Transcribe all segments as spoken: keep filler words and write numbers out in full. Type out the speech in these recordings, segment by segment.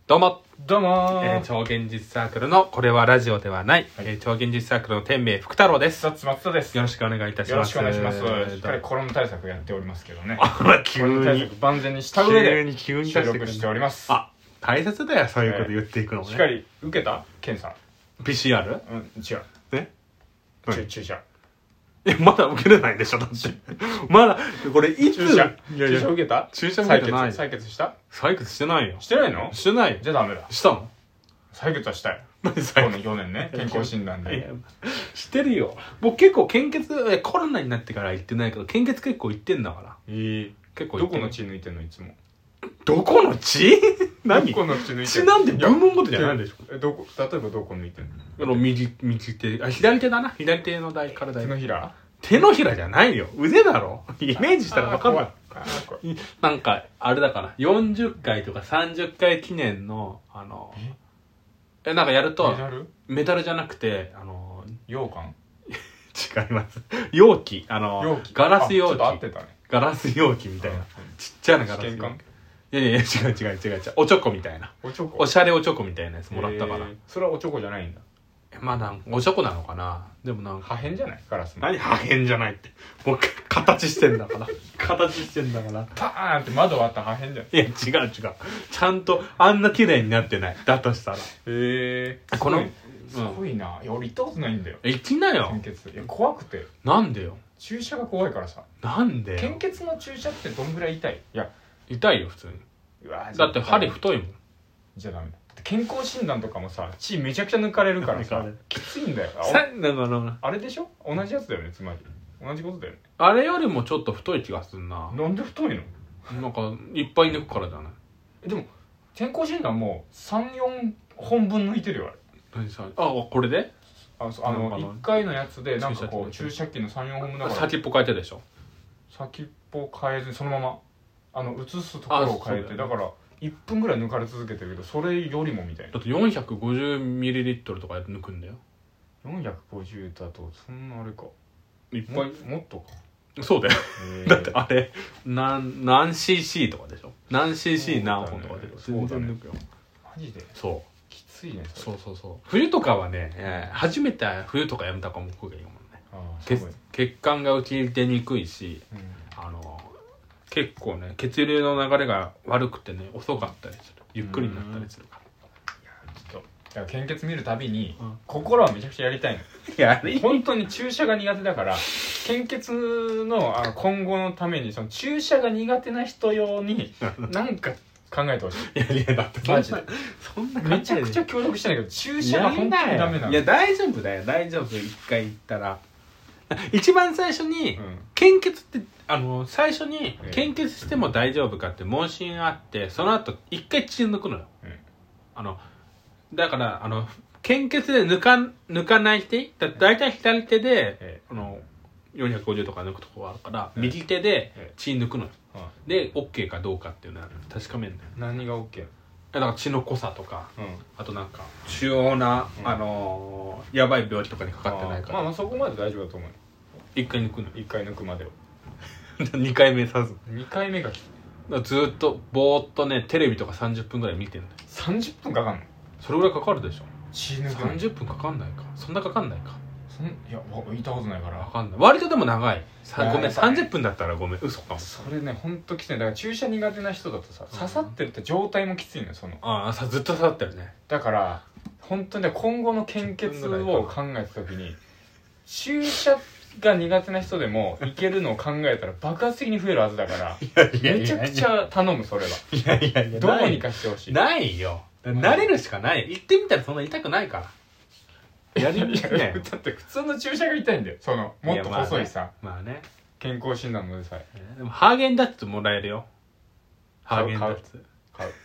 どうもどうもー、 えー、超現実サークルのこれはラジオではない、はい、えー、超現実サークルの天命福太郎です。 ザッツ松田です。 よろしくお願いいたします。 よろしくお願いします。しっかりコロナ対策やっておりますけどね。 あら急にコロナ対策万全にした上で急に急に収録しております。 あ、大切だよそういうこと言っていくのもね、 しっかり受けた検査。 ピーシーアール？ うん違う。 え？ 注注射。 え、まだ受けれないでしょだってまだこれいつ注射いやいや注射受けた？ 注射受けてない。 採血採血した採血してないよ。 してないの？ してない。 じゃダメだ。 したの？ 採血はしたよ。 何去採年去年ね健康診断でしてるよ。僕結構献血えコロナになってから行ってないけど献血結構行ってんだから。 えー、 結構どこの血抜いてんのいつも？ どこの血？何？ どこの血抜いてんの？ 血なんて文門ごとじゃないでしょ。 えどこ例えばどこ抜いてんの？ あの右右手あ左手だな左手の台からだよ。 手のひら？ 手のひらじゃないよ腕だろ。イメージしたら分かんない。 いなんかあれだからよんじゅっかいとかさんじゅっかい記念のあのえなんかやるとメダル？ メダルじゃなくてあの羊羹？ 違います容器あの容器ガラス容器ちょっと合ってたね。 ガラス容器みたいなちっちゃなガラス容器。 試験管？ いやいや違う違う違う違うおちょこみたいなおちょこおしゃれおちょこみたいなやつもらったから、 えーそれはおちょこじゃないんだ。 まあなんおちょこなのかな。でもなんか破片じゃないガラスの。 何破片じゃないって僕形してんだから形してんだからパーンって窓割った破片じゃない。 いや違う違うちゃんとあんな綺麗になってないだとしたらへえー、 このすごいな。いや俺行ったことないんだよ行きなよ。 献血。いや怖くてなんでよ。 注射が怖いからさ。 なんでよ。 献血の注射ってどんぐらい痛い？いや痛いよ普通に。 うわだって針太いもん。 じゃダメだ。健康診断とかもさ血めちゃくちゃ抜かれるからさきついんだよ。 さだからあれでしょ？同じやつだよねつまり。同じことだよね。 あれよりもちょっと太い気がするな。 なんで太いの？ なんかいっぱい抜くからじゃない。 でも健康診断もさん、よんほんぶん抜いてるよあれ。 何さあこれであそうあのいっかいのやつでなんかこう注注射射器のさん、よんほんぶんだから先っぽ変えてでしょ。 先っぽ変えずにそのままあの移すところを変えて だ,、ね、だからいっぷんぐらい抜かれ続けてるけどそれよりもみたいな。 だって よんひゃくごじゅうミリリットル とかやって抜くんだよ。 よんひゃくごじゅうだとそんなあれかいっぱいももっとか。 そうだよへーだってあれ何何 シーシー とかでしょ。何 シーシー 何本とかで全そうだね然抜くよ。 マジでそうきついねそそうそうそう冬とかはね、えー初めて冬とかやめたかも僕がいいもんね。 ああ血すごい、 血管が浮き出にくいしうん、 あの結構ね血流の流れが悪くてね遅かったりするゆっくりになったりするかちょっとだから献血見るたびに、 うん心はめちゃくちゃやりたいの。 ら。いやあれ本当に注射が苦手だから献血のあの今後のためにその注射が苦手な人用になんか考えてほしい。 いやいやだってそんなマジでそんなめちゃくちゃ協力してないけど注射が本当にダメなの。 いや大丈夫だよ大丈夫一回行ったら一番最初に、 うん献血ってあの最初にええ献血しても大丈夫かって問診あってその後一回血抜くのよ、 うんあのだからあの献血で抜か抜かない人だだいたい左手で、 えあのよんひゃくごじゅうとか抜くとこがあるから、 ええ右手でえ血抜くのようんで OK かどうかっていうのを確かめるんだよ。 何が OK？ だから血の濃さとかうんあとなんか主要な、 うんあのー、やばい病気とかにかかってないからまあまあそこまで大丈夫だと思うよ。 一回抜くのいっかい抜くまでを。 二回目さずにかいめがきつい。 だからずーっとぼーっとねテレビとかさんじゅっぷんぐらい見てんのよ。 さんじゅっぷんかかんの？ それぐらいかかるでしょ。 血抜くのさんじゅっぷんかかんないかそんなかかんないかそんいやわ言ったことないからかかんない割とでも長いさごめんいややっぱさんじゅっぷんだったらごめん嘘かも。 それねほんときつい。だから注射苦手な人だとさ刺さってるって状態もきついのよその。 ああさずっと刺さってるね。 だから本当にね今後の献血を考えた時に注射が苦手な人でもいけるのを考えたら爆発的に増えるはずだからめちゃくちゃ頼むそれは。 いやいやいやどうにかしてほしい。 ないよ慣れるしかない行ってみたらそんな痛くないからやりにいやねだって普通の注射が痛いんだよそのもっと細いさまあね健康診断のでさえでもハーゲンダッツもらえるよ。ハーゲンダッツ買う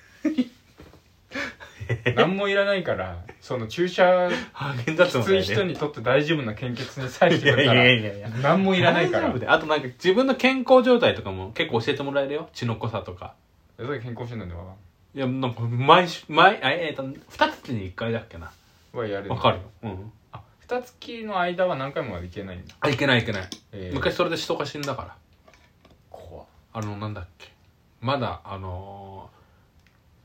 何もいらないからその注射ハーゲンダッツきついもらえるよ。 人にとって大丈夫な献血にさえしてくれたいやいやいらやいや何もいらないから大丈夫であとなんか自分の健康状態とかも結構教えてもらえるよ。血の濃さとか。 それ健康診断ではいやなんか毎週毎あえっ、ー、と二月に一回だっけな。 はやるわかるよ。うんあ二月の間は何回もはいけないんだ、 あいけないいけない、 えー、 昔それで人が死んだから。 怖っあのなんだっけまだあの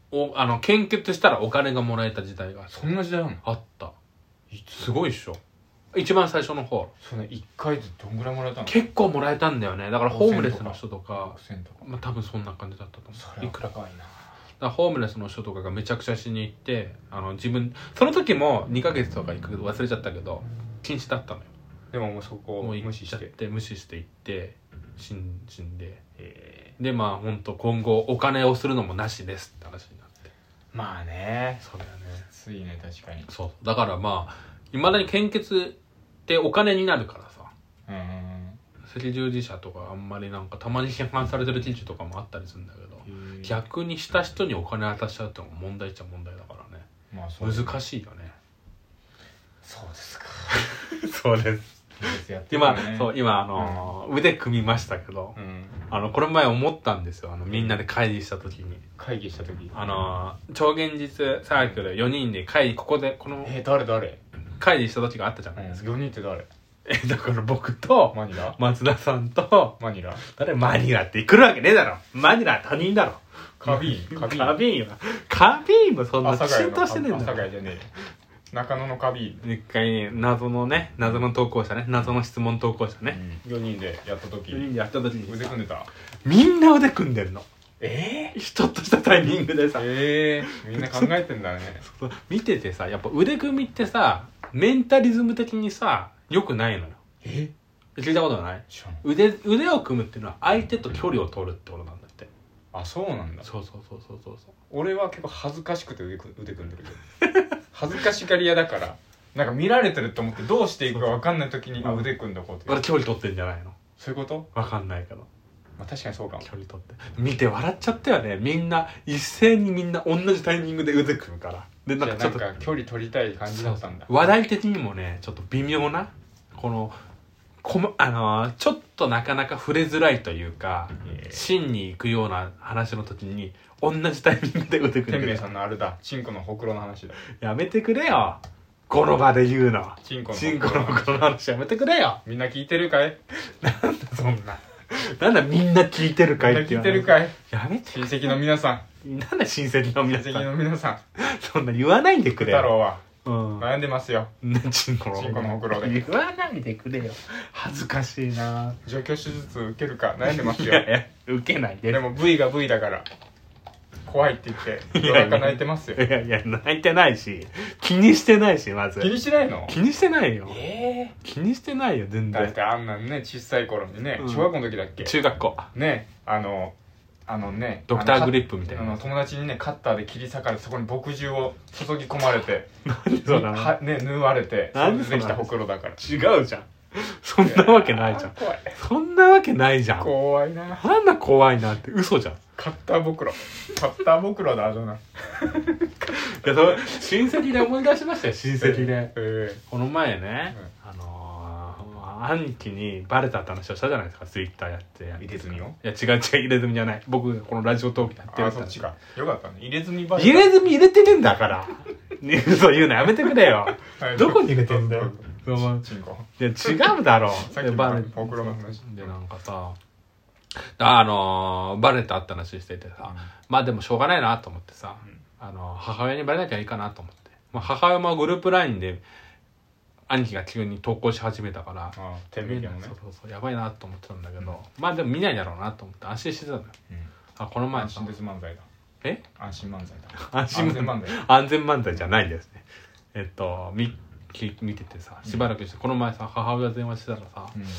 おあの献血したらお金がもらえた時代がそんな時代なの？ あった。すごいっしょ。一番最初の方そのいっかいずつどんぐらいもらえたの？ 結構もらえたんだよね。だからホームレスの人とかろくせんとか、 まあ多分そんな感じだったと思う。 それは高いな。 だからホームレスの人とかがめちゃくちゃしに行って、あの自分その時もにかげつとか行くけど忘れちゃったけど禁止だったのよ。 でももうそこをもう無視してて無視して行って死ん死んで、えー、でまあ本当今後お金をするのもなしですって話になって。 まあね、 そうだよね。 きついね、確かに。 そうだからまあいまだに献血ってお金になるからさ、 うん、 赤十字社とかあんまりなんかたまに批判されてる記事とかもあったりするんだけど、逆にした人にお金渡しちゃうってのも問題っちゃ問題だからね。 まあそうですね、 難しいよね。 そうですかそうです今そう今あのーうん、腕組みましたけど、うん、あのこれ前思ったんですよ。あのみんなで会議した時に会議した時あのー、超現実サークルよにんで会議ここでこのえー、誰誰会議した時があったじゃないですか、 うん、よにんって誰？ えだから僕とマニラ松田さんとマニラ誰マニラって来るわけねえだろ。マニラは他人だろ。 カビーンカビーンカビーンはカビーンもそんな浸透してねえんだろ。 阿佐ヶ谷じゃねえ中野のカビーン一回謎のね謎の投稿者ね謎の質問投稿者ね、 うん、よにんでやった時よにんでやった時に腕組んでた。 みんな腕組んでるの。 えー、ちょっとしたタイミングでさえー、みんな考えてんだね見ててさやっぱ腕組みってさメンタリズム的にさ良くないのよ。 え聞いたことはない？腕腕を組むっていうのは相手と距離を取るってことなんだって。 あ、そうなんだ。 そうそうそうそうそう。 俺は結構恥ずかしくて腕組んでるけど恥ずかしがり屋だからなんか見られてると思ってどうしていくか分かんない時にあ腕組んどこうって。 俺距離取ってんじゃないの？ そういうこと？ 分かんないけど、 まあ確かにそうかも。 距離取って見て笑っちゃったよね。みんな一斉にみんな同じタイミングで腕組むから。でなんかちょっとなんか距離取りたい感じだったんだ。 話題的にもねちょっと微妙なこのこまあのー、ちょっとなかなか触れづらいというか、えー、真に行くような話の時に同じタイミングで腕組んでる。 天明さんのあれだチンコのほくろの話だ。 やめてくれよこの場で言うの。 チンコのほくろの話やめてくれよ。 みんな聞いてるかい？ なんだそんななんだみんな聞いてるかいって言われる。みんな聞いてるかい？やめて。 親戚の皆さんなんだ親戚の皆さん。 親戚の皆さんそんな言わないでくれよ。 太郎はうん、 悩んでますよ。 チンコのチンコのほくろで言わないでくれよ。恥ずかしいな。 除去手術受けるか悩んでますよ。 いやいや受けないで。 でも V が V だから怖いって言って夜中泣いてますよ。 いやいや泣いてないし気にしてないし。まず気にしてないの？ 気にしてないよ。 えー、 気にしてないよ全然。 だってあんなんね小さい頃にね、うん、小学校の時だっけ？ 中学校ねあのあのねドクターグリップみたいな。 あの友達にねカッターで切り裂かれてそこに墨汁を注ぎ込まれて何それはね縫われてそれでできたほくろだから。 違うじゃんそんなわけないじゃん。 怖い。 そんなわけないじゃん。 怖いな。 なんだ怖いなって嘘じゃん。 カッターぼくろカッターぼくろだあだな。いやそれ親戚で思い出しましたよ親戚で、 えー、 この前ね、うん、あのー、兄貴にバレたって話をしたじゃないですか。ツイッターやって入れ墨を。 いや違う違う入れ墨じゃない。僕がこのラジオトークやってる。 あそっちかよかったね。入れ墨バレた。 入れ墨入れてねえんだから嘘言うのやめてくれよ、はい、どこに入れてんだよ。いや違うだろさっきのほくろの話でなんかさあのー、バレたって話しててさ、うん、まあでもしょうがないなと思ってさ、うん、あのー、母親にバレなきゃいいかなと思って、まあ、母親もグループラインで兄貴が急に投稿し始めたから、 あ天秤もね、 そうそうそうやばいなと思ってたんだけど、うん、まあでも見ないだろうなと思って安心してたのよ、うん、あこの前安心です漫才だ。 え安心漫才だ。 安心安全漫才安全漫才じゃないですね。えっとみ見ててさしばらくして、うん、この前さ母親電話してたらさ、うん、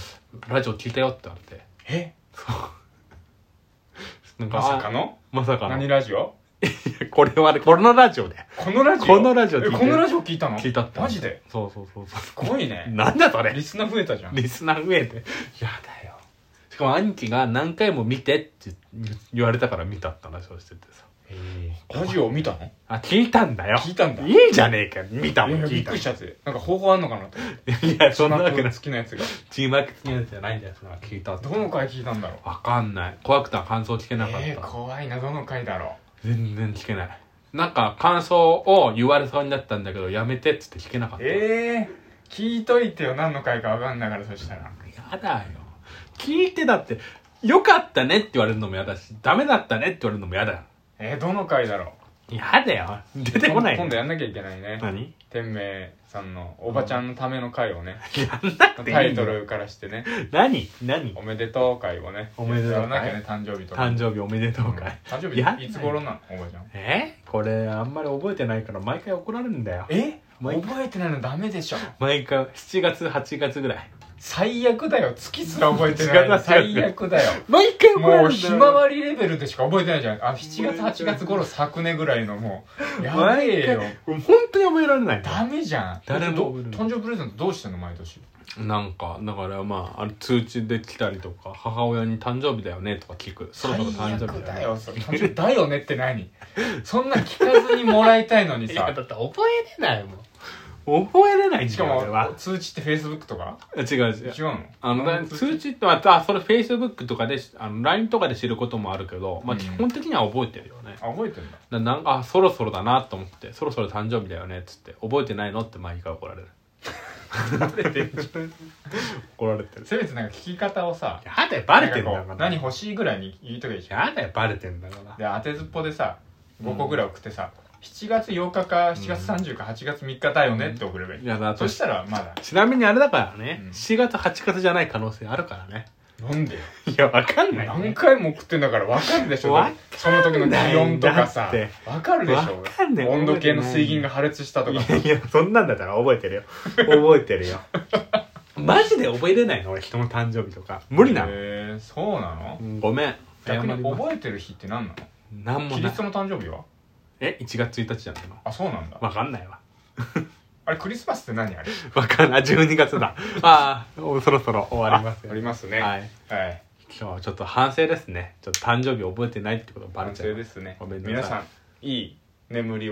ラジオ聞いたよって言われて。 えそうなんかまさかのまさかの何ラジオこれはねこのラジオでこのラジオこのラジオ聞いてこのラジオ聞いたの聞いたってマジで。 そうそうそうそうすごいね。 なんだそれリスナー増えたじゃん。 リスナー増えてやだよ。しかも兄貴が何回も見てって言われたから見たって話をしててさ。 えー、ラジオを見たの？ あ聞いたんだよ。 聞いたんだ。 いいじゃねえか見たもん聞いた。 びっくりしちゃってなんか方法あんのかなと。 いやそんなわけない。 好きなやつがチームワーク好きなやつじゃないんだよ。その聞いた。 どの回聞いたんだろう。 わかんない。怖くて感想聞けなかった。 えー、怖いな。どの回だろう。全然聞けない。なんか感想を言われそうになったんだけどやめてっつって聞けなかった。 ええー、聞いといてよ。何の回かわかんないから。そしたらやだよ。聞いてだってよかったねって言われるのもやだしダメだったねって言われるのもやだよ。 えー、どの回だろやだよ出てこないよ今度やんなきゃいけないね。 何天明さんのおばちゃんのための会をね、 やんなくていいよタイトルからしてね、 何何おめでとう会をね、 おめでとう会やらなきゃね、誕生日とか。 誕生日おめでとう会、 誕生や日いつ頃なのおばちゃん。 えこれあんまり覚えてないから毎回怒られるんだよ。 え毎覚えてないのダメでしょ。 毎回しちがつはちがつぐらい最悪だよ。月すら覚えてないの。最悪だよ。 毎回怒られもうるんだよ。 ひまわりレベルでしか覚えてないじゃん。あ、しちがつはちがつ頃昨年ぐらいのもうやべえよ。 本当に覚えられないダメじゃん。 誰もど誕生日プレゼントどうしてんの毎年。 なんかだからまああれ通知で来たりとか母親に誕生日だよねとか聞く。そろそろ誕生日最悪だよねだよ。それ誕生日だよねって何。そんな聞かずにもらいたいのにいやさ。 だって覚えれないもん。覚えれないんだよしか俺はも通知って Facebook とか違う違う違うの。 あのうん通知ってまたあそれ Facebook とかであの ライン とかで知ることもあるけど、まあ、 うん基本的には覚えてるよね、 あ覚えてんだ。 ななんかあそろそろだなと思ってそろそろ誕生日だよねっつって覚えてないのって毎回怒られる怒られてる。 せめてなんか聞き方をさ、 やだよバレてんだからなんかこう何欲しいぐらいに言いとけでしょ。 やだよバレてんだからで当てずっぽでさごこぐらい送ってさ、しちがつようかかしちがつさんじゅうかはちがつみっかだよねって送ればいい、 いやだとそしたらまだ。 ちなみにあれだからね、 うんしがつはちがつじゃない可能性あるからね。 なんでよ。 いやわかんない、ね、 何回も送ってんだから分かるでしょ。 わかんないその時の気温とかさだって分かるでしょ。 わかんない温度計の水銀が破裂したとかさ。 いやいやそんなんだったら覚えてるよ覚えてるよマジで覚えれないの俺人の誕生日とか無理なの、 へえそうなの。 うんごめん逆に謝ります覚えてる日って何なの。 なんもないキリストの誕生日は。 えいちがつついたちじゃないの。 あそうなんだ。 わかんないわあれクリスマスって何あれ。 わかんないじゅうにがつだああそろそろ終わりますよありますね。 はいはい。 今日はちょっと反省ですね。ちょっと誕生日覚えてないってことがバレ反ちゃう省ですね。 ごめんなさい皆さんいい眠りを